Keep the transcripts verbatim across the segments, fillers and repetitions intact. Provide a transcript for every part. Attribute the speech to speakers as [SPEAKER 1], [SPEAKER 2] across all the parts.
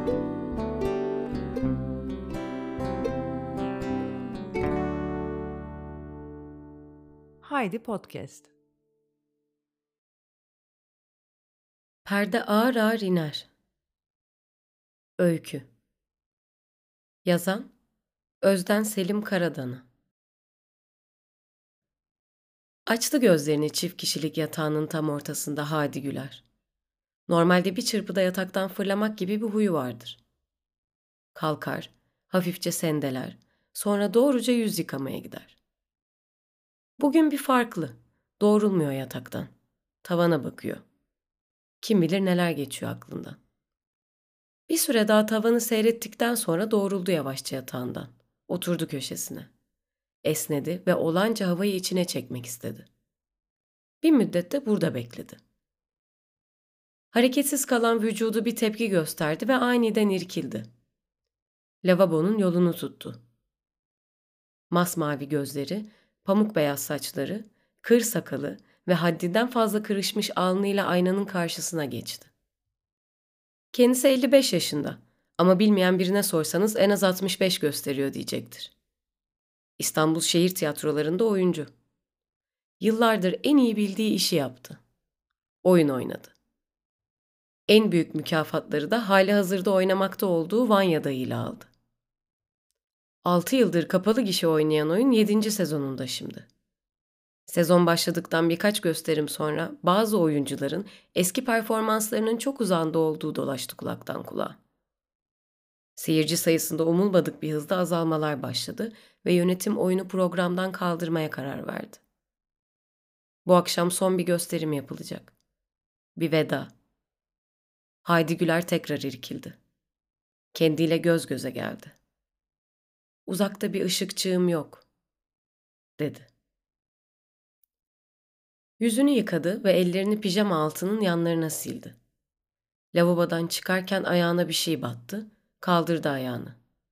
[SPEAKER 1] Haydi Podcast.
[SPEAKER 2] Perde ağır ağır iner. Öykü. Yazan Özden Selim Karadan'a. Açtı gözlerini çift kişilik yatağının tam ortasında Hadi Güler. Normalde bir çırpıda yataktan fırlamak gibi bir huyu vardır. Kalkar, hafifçe sendeler, sonra doğruca yüz yıkamaya gider. Bugün bir farklı. Doğrulmuyor yataktan. Tavana bakıyor. Kim bilir neler geçiyor aklından. Bir süre daha tavanı seyrettikten sonra doğruldu yavaşça yatağından. Oturdu köşesine. Esnedi ve olanca havayı içine çekmek istedi. Bir müddet de burada bekledi. Hareketsiz kalan vücudu bir tepki gösterdi ve aniden irkildi. Lavabonun yolunu tuttu. Masmavi gözleri, pamuk beyaz saçları, kır sakalı ve haddinden fazla kırışmış alnıyla aynanın karşısına geçti. Kendisi elli beş yaşında ama bilmeyen birine sorsanız en az altmış beş gösteriyor diyecektir. İstanbul şehir tiyatrolarında oyuncu. Yıllardır en iyi bildiği işi yaptı. Oyun oynadı. En büyük mükafatları da halihazırda oynamakta olduğu Vanya'da ile aldı. Altı yıldır kapalı gişe oynayan oyun yedinci sezonunda şimdi. Sezon başladıktan birkaç gösterim sonra bazı oyuncuların eski performanslarının çok uzağında olduğu dolaştı kulaktan kulağa. Seyirci sayısında umulmadık bir hızda azalmalar başladı ve yönetim oyunu programdan kaldırmaya karar verdi. Bu akşam son bir gösterim yapılacak. Bir veda. Haydi Güler tekrar irkildi. Kendiyle göz göze geldi. "Uzakta bir ışıkçığım yok," dedi. Yüzünü yıkadı ve ellerini pijama altının yanlarına sildi. Lavabodan çıkarken ayağına bir şey battı, kaldırdı ayağını.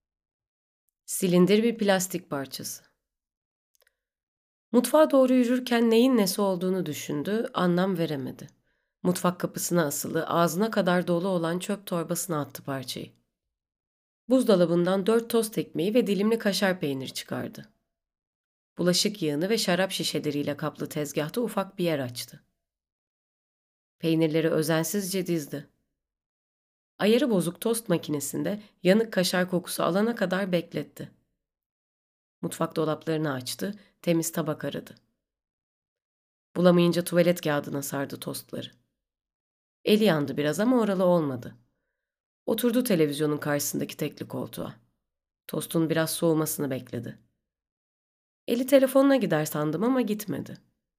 [SPEAKER 2] Silindir bir plastik parçası. Mutfağa doğru yürürken neyin nesi olduğunu düşündü, anlam veremedi. Mutfak kapısına asılı, ağzına kadar dolu olan çöp torbasına attı parçayı. Buzdolabından dört tost ekmeği ve dilimli kaşar peynir çıkardı. Bulaşık yığını ve şarap şişeleriyle kaplı tezgahta ufak bir yer açtı. Peynirleri özensizce dizdi. Ayarı bozuk tost makinesinde yanık kaşar kokusu alana kadar bekletti. Mutfak dolaplarını açtı, temiz tabak aradı. Bulamayınca tuvalet kağıdına sardı tostları. Eli yandı biraz ama oralı olmadı. Oturdu televizyonun karşısındaki tekli koltuğa. Tostun biraz soğumasını bekledi. Eli telefonuna gider sandım ama gitmedi.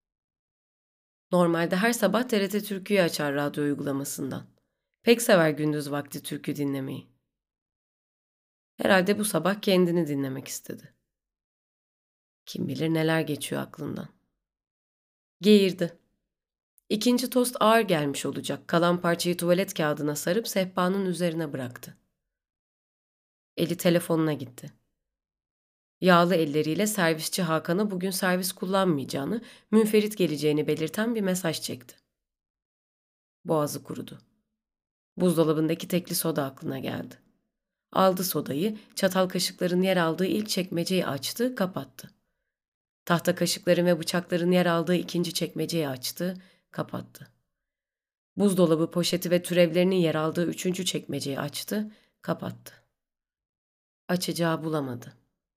[SPEAKER 2] Normalde her sabah T R T Türkü'yü açar radyo uygulamasından. Pek sever gündüz vakti türkü dinlemeyi. Herhalde bu sabah kendini dinlemek istedi. Kim bilir neler geçiyor aklından. Geğirdi. İkinci tost ağır gelmiş olacak. Kalan parçayı tuvalet kağıdına sarıp sehpanın üzerine bıraktı. Eli telefonuna gitti. Yağlı elleriyle servisçi Hakan'a bugün servis kullanmayacağını, münferit geleceğini belirten bir mesaj çekti. Boğazı kurudu. Buzdolabındaki tekli soda aklına geldi. Aldı sodayı, çatal kaşıkların yer aldığı ilk çekmeceyi açtı, kapattı. Tahta kaşıkların ve bıçakların yer aldığı ikinci çekmeceyi açtı, kapattı. Buzdolabı poşeti ve türevlerinin yer aldığı üçüncü çekmeceyi açtı, kapattı. Açacağı bulamadı.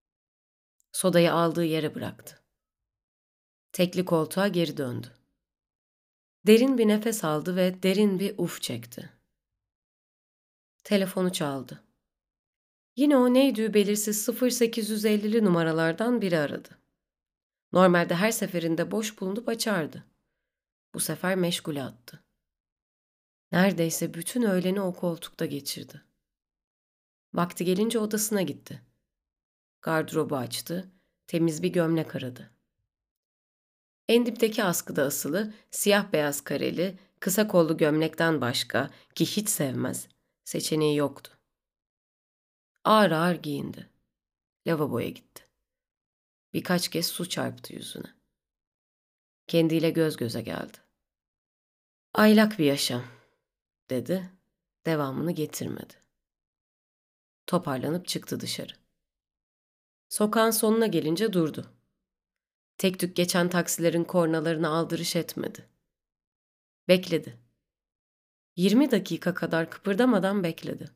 [SPEAKER 2] Sodayı aldığı yere bıraktı. Tekli koltuğa geri döndü. Derin bir nefes aldı ve derin bir uf çekti. Telefonu çaldı. Yine o neydi belirsiz sıfır sekiz yüz ellili numaralardan biri aradı. Normalde her seferinde boş bulunup açardı. Bu sefer meşgule attı. Neredeyse bütün öğleni o koltukta geçirdi. Vakti gelince odasına gitti. Gardırobu açtı, temiz bir gömlek aradı. En dipteki askıda asılı, siyah beyaz kareli, kısa kollu gömlekten başka, ki hiç sevmez, seçeneği yoktu. Ağır ağır giyindi. Lavaboya gitti. Birkaç kez su çarptı yüzüne. Kendiyle göz göze geldi. Aylak bir yaşam, dedi, devamını getirmedi. Toparlanıp çıktı dışarı. Sokağın sonuna gelince durdu. Tek tük geçen taksilerin kornalarına aldırış etmedi. Bekledi. Yirmi dakika kadar kıpırdamadan bekledi.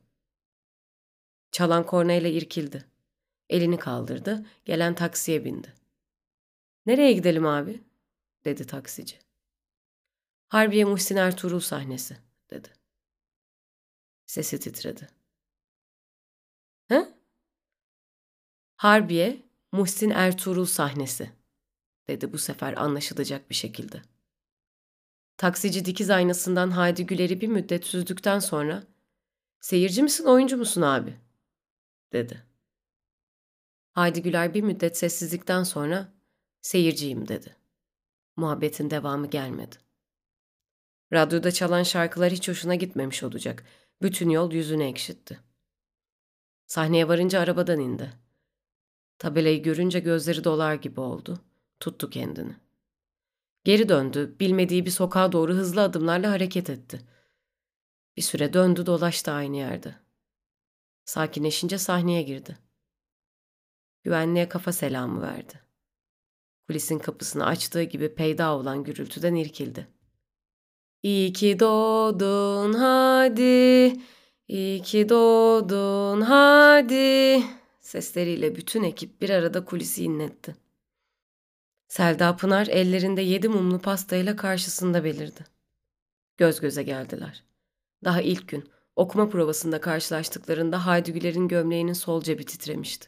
[SPEAKER 2] Çalan kornayla irkildi. Elini kaldırdı, gelen taksiye bindi. "Nereye gidelim abi?" dedi taksici. "Harbiye Muhsin Ertuğrul sahnesi," dedi. Sesi titredi. "He?" "Harbiye Muhsin Ertuğrul sahnesi," dedi bu sefer anlaşılacak bir şekilde. Taksici dikiz aynasından Haydi Güler'i bir müddet süzdükten sonra "Seyirci misin, oyuncu musun abi?" dedi. Haydi Güler bir müddet sessizlikten sonra "Seyirciyim," dedi. Muhabbetin devamı gelmedi. Radyoda çalan şarkılar hiç hoşuna gitmemiş olacak. Bütün yol yüzünü ekşitti. Sahneye varınca arabadan indi. Tabelayı görünce gözleri dolar gibi oldu. Tuttu kendini. Geri döndü, bilmediği bir sokağa doğru hızlı adımlarla hareket etti. Bir süre döndü dolaştı aynı yerde. Sakinleşince sahneye girdi. Güvenliğe kafa selamı verdi. Kulisin kapısını açtığı gibi peyda olan gürültüden irkildi. "İyi ki doğdun hadi, iyi ki doğdun hadi," sesleriyle bütün ekip bir arada kulisi inletti. Selda Pınar ellerinde yedi mumlu pastayla karşısında belirdi. Göz göze geldiler. Daha ilk gün okuma provasında karşılaştıklarında Haydi Güler'in gömleğinin sol cebi titremişti.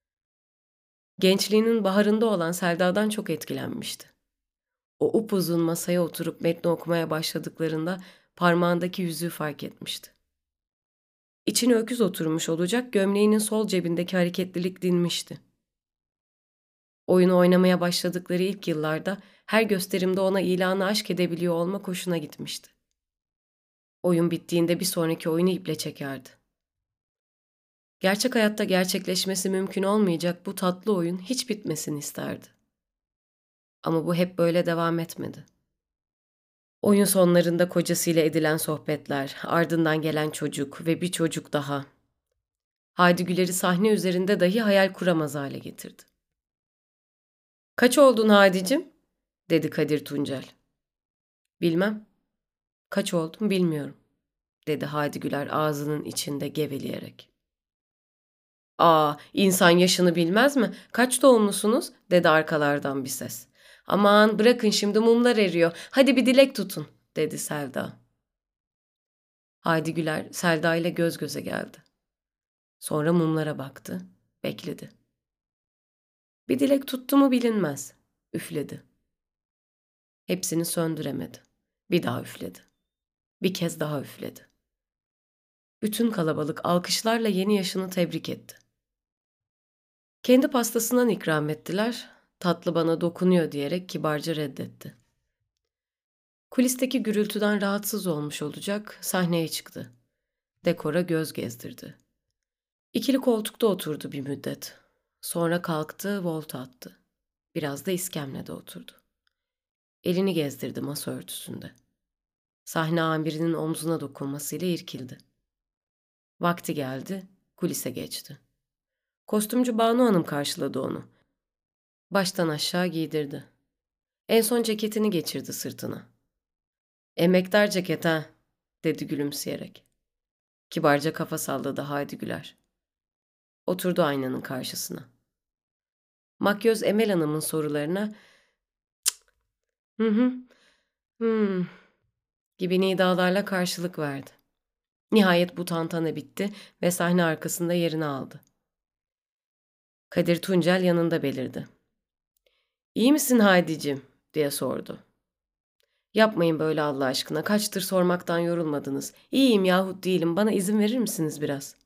[SPEAKER 2] Gençliğinin baharında olan Selda'dan çok etkilenmişti. O upuzun masaya oturup metni okumaya başladıklarında parmağındaki yüzüğü fark etmişti. İçine öküz oturmuş olacak gömleğinin sol cebindeki hareketlilik dinmişti. Oyunu oynamaya başladıkları ilk yıllarda her gösterimde ona ilanı aşk edebiliyor olmak hoşuna gitmişti. Oyun bittiğinde bir sonraki oyunu iple çekerdi. Gerçek hayatta gerçekleşmesi mümkün olmayacak bu tatlı oyun hiç bitmesini isterdi. Ama bu hep böyle devam etmedi. Oyun sonlarında kocasıyla edilen sohbetler, ardından gelen çocuk ve bir çocuk daha. Haydi Güler'i sahne üzerinde dahi hayal kuramaz hale getirdi. "Kaç oldun Hadi'cim?" dedi Kadir Tuncel. "Bilmem. Kaç oldum bilmiyorum," dedi Haydi Güler ağzının içinde geveleyerek. "Aa, insan yaşını bilmez mi? Kaç doğumlusunuz?" dedi arkalardan bir ses. "Aman bırakın şimdi mumlar eriyor. Hadi bir dilek tutun," dedi Selda. Haydi Güler Selda ile göz göze geldi. Sonra mumlara baktı, bekledi. Bir dilek tuttu mu bilinmez. Üfledi. Hepsini söndüremedi. Bir daha üfledi. Bir kez daha üfledi. Bütün kalabalık alkışlarla yeni yaşını tebrik etti. Kendi pastasından ikram ettiler. Tatlı bana dokunuyor diyerek kibarca reddetti. Kulisteki gürültüden rahatsız olmuş olacak, sahneye çıktı. Dekora göz gezdirdi. İkili koltukta oturdu bir müddet. Sonra kalktı, volta attı. Biraz da iskemlede oturdu. Elini gezdirdi masa örtüsünde. Sahne amirinin omzuna dokunmasıyla irkildi. Vakti geldi, kulise geçti. Kostümcü Banu Hanım karşıladı onu. Baştan aşağı giydirdi. En son ceketini geçirdi sırtına. "Emektar ceket ha," dedi gülümseyerek. Kibarca kafa salladı Haydi Güler. Oturdu aynanın karşısına. Makyöz Emel Hanım'ın sorularına "Cık, hı hı, hmm" gibi nidalarla karşılık verdi. Nihayet bu tantana bitti ve sahne arkasında yerini aldı. Kadir Tuncel yanında belirdi. "İyi misin Haydi'cim?" diye sordu. "Yapmayın böyle Allah aşkına, kaçtır sormaktan yorulmadınız. İyiyim yahut değilim, bana izin verir misiniz biraz?"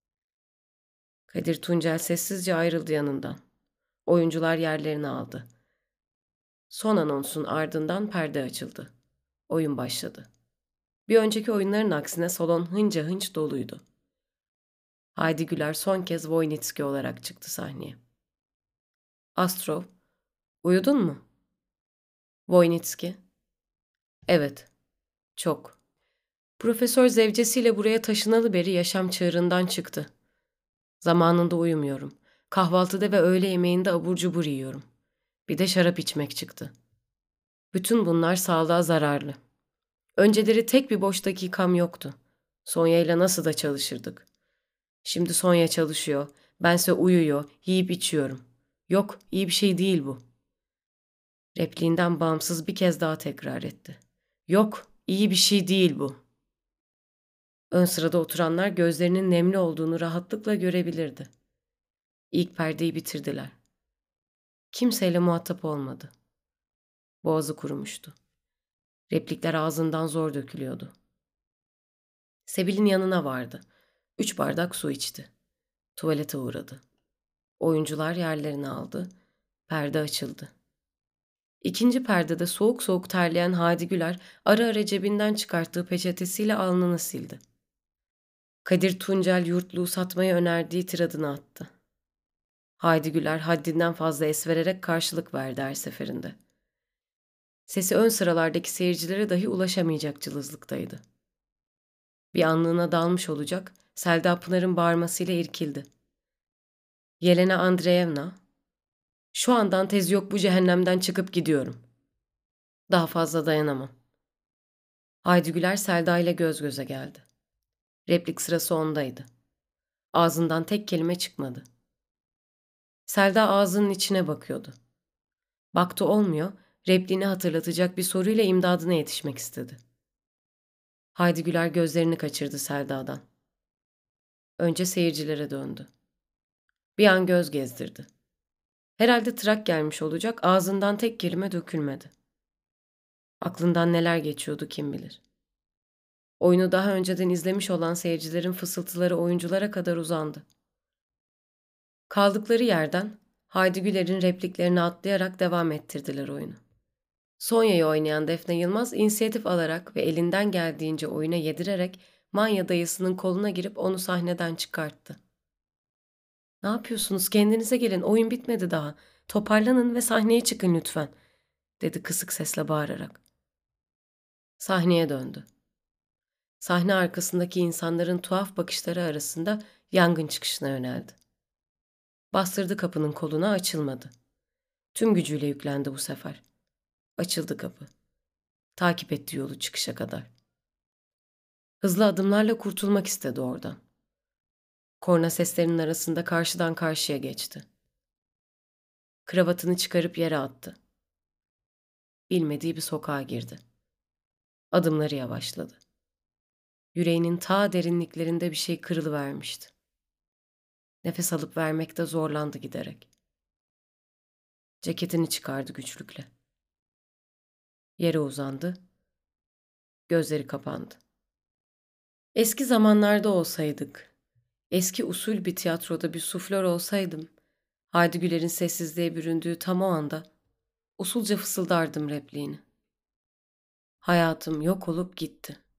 [SPEAKER 2] Kadir Tuncel sessizce ayrıldı yanından. Oyuncular yerlerini aldı. Son anonsun ardından perde açıldı. Oyun başladı. Bir önceki oyunların aksine salon hınca hınç doluydu. Haydi Güler son kez Voynitski olarak çıktı sahneye. "Astrov, uyudun mu?" Voynitski, "Evet, çok. Profesör zevcesiyle buraya taşınalı beri yaşam çığırından çıktı. Zamanında uyumuyorum. Kahvaltıda ve öğle yemeğinde abur cubur yiyorum. Bir de şarap içmek çıktı. Bütün bunlar sağlığa zararlı. Önceleri tek bir boş dakikam yoktu. Sonya'yla nasıl da çalışırdık. Şimdi Sonya çalışıyor, bense uyuyor, yiyip içiyorum. Yok, iyi bir şey değil bu. Repliğinden bağımsız bir kez daha tekrar etti. Yok, iyi bir şey değil bu. Ön sırada oturanlar gözlerinin nemli olduğunu rahatlıkla görebilirdi. İlk perdeyi bitirdiler. Kimseyle muhatap olmadı. Boğazı kurumuştu. Replikler ağzından zor dökülüyordu. Sebil'in yanına vardı. Üç bardak su içti. Tuvalete uğradı. Oyuncular yerlerini aldı. Perde açıldı. İkinci perdede soğuk soğuk terleyen Hadi Güler ara ara cebinden çıkarttığı peçetesiyle alnını sildi. Kadir Tuncel yurtluğu satmayı önerdiği tiradını attı. Haydi Güler haddinden fazla es vererek karşılık verdi her seferinde. Sesi ön sıralardaki seyircilere dahi ulaşamayacak cılızlıktaydı. Bir anlığına dalmış olacak, Selda Pınar'ın bağırmasıyla irkildi. Yelena Andreevna, şu andan tez yok bu cehennemden çıkıp gidiyorum. Daha fazla dayanamam. Haydi Güler Selda ile göz göze geldi. Replik sırası ondaydı. Ağzından tek kelime çıkmadı. Selda ağzının içine bakıyordu. Baktı olmuyor, repliğini hatırlatacak bir soruyla imdadına yetişmek istedi. Haydi Güler gözlerini kaçırdı Selda'dan. Önce seyircilere döndü. Bir an göz gezdirdi. Herhalde trak gelmiş olacak, ağzından tek kelime dökülmedi. Aklından neler geçiyordu kim bilir. Oyunu daha önceden izlemiş olan seyircilerin fısıltıları oyunculara kadar uzandı. Kaldıkları yerden Haydi Güler'in repliklerini atlayarak devam ettirdiler oyunu. Sonya'yı oynayan Defne Yılmaz inisiyatif alarak ve elinden geldiğince oyuna yedirerek Manya dayısının koluna girip onu sahneden çıkarttı. "Ne yapıyorsunuz? Kendinize gelin. Oyun bitmedi daha. Toparlanın ve sahneye çıkın lütfen," dedi kısık sesle bağırarak. Sahneye döndü. Sahne arkasındaki insanların tuhaf bakışları arasında yangın çıkışına yöneldi. Bastırdı kapının koluna, açılmadı. Tüm gücüyle yüklendi bu sefer. Açıldı kapı. Takip etti yolu çıkışa kadar. Hızlı adımlarla kurtulmak istedi oradan. Korna seslerinin arasında karşıdan karşıya geçti. Kravatını çıkarıp yere attı. Bilmediği bir sokağa girdi. Adımları yavaşladı. Yüreğinin ta derinliklerinde bir şey kırılıvermişti. Nefes alıp vermekte zorlandı giderek. Ceketini çıkardı güçlükle. Yere uzandı. Gözleri kapandı. Eski zamanlarda olsaydık, eski usul bir tiyatroda bir suflör olsaydım, Haydi Güler'in sessizliğe büründüğü tam o anda usulca fısıldardım repliğini. Hayatım yok olup gitti.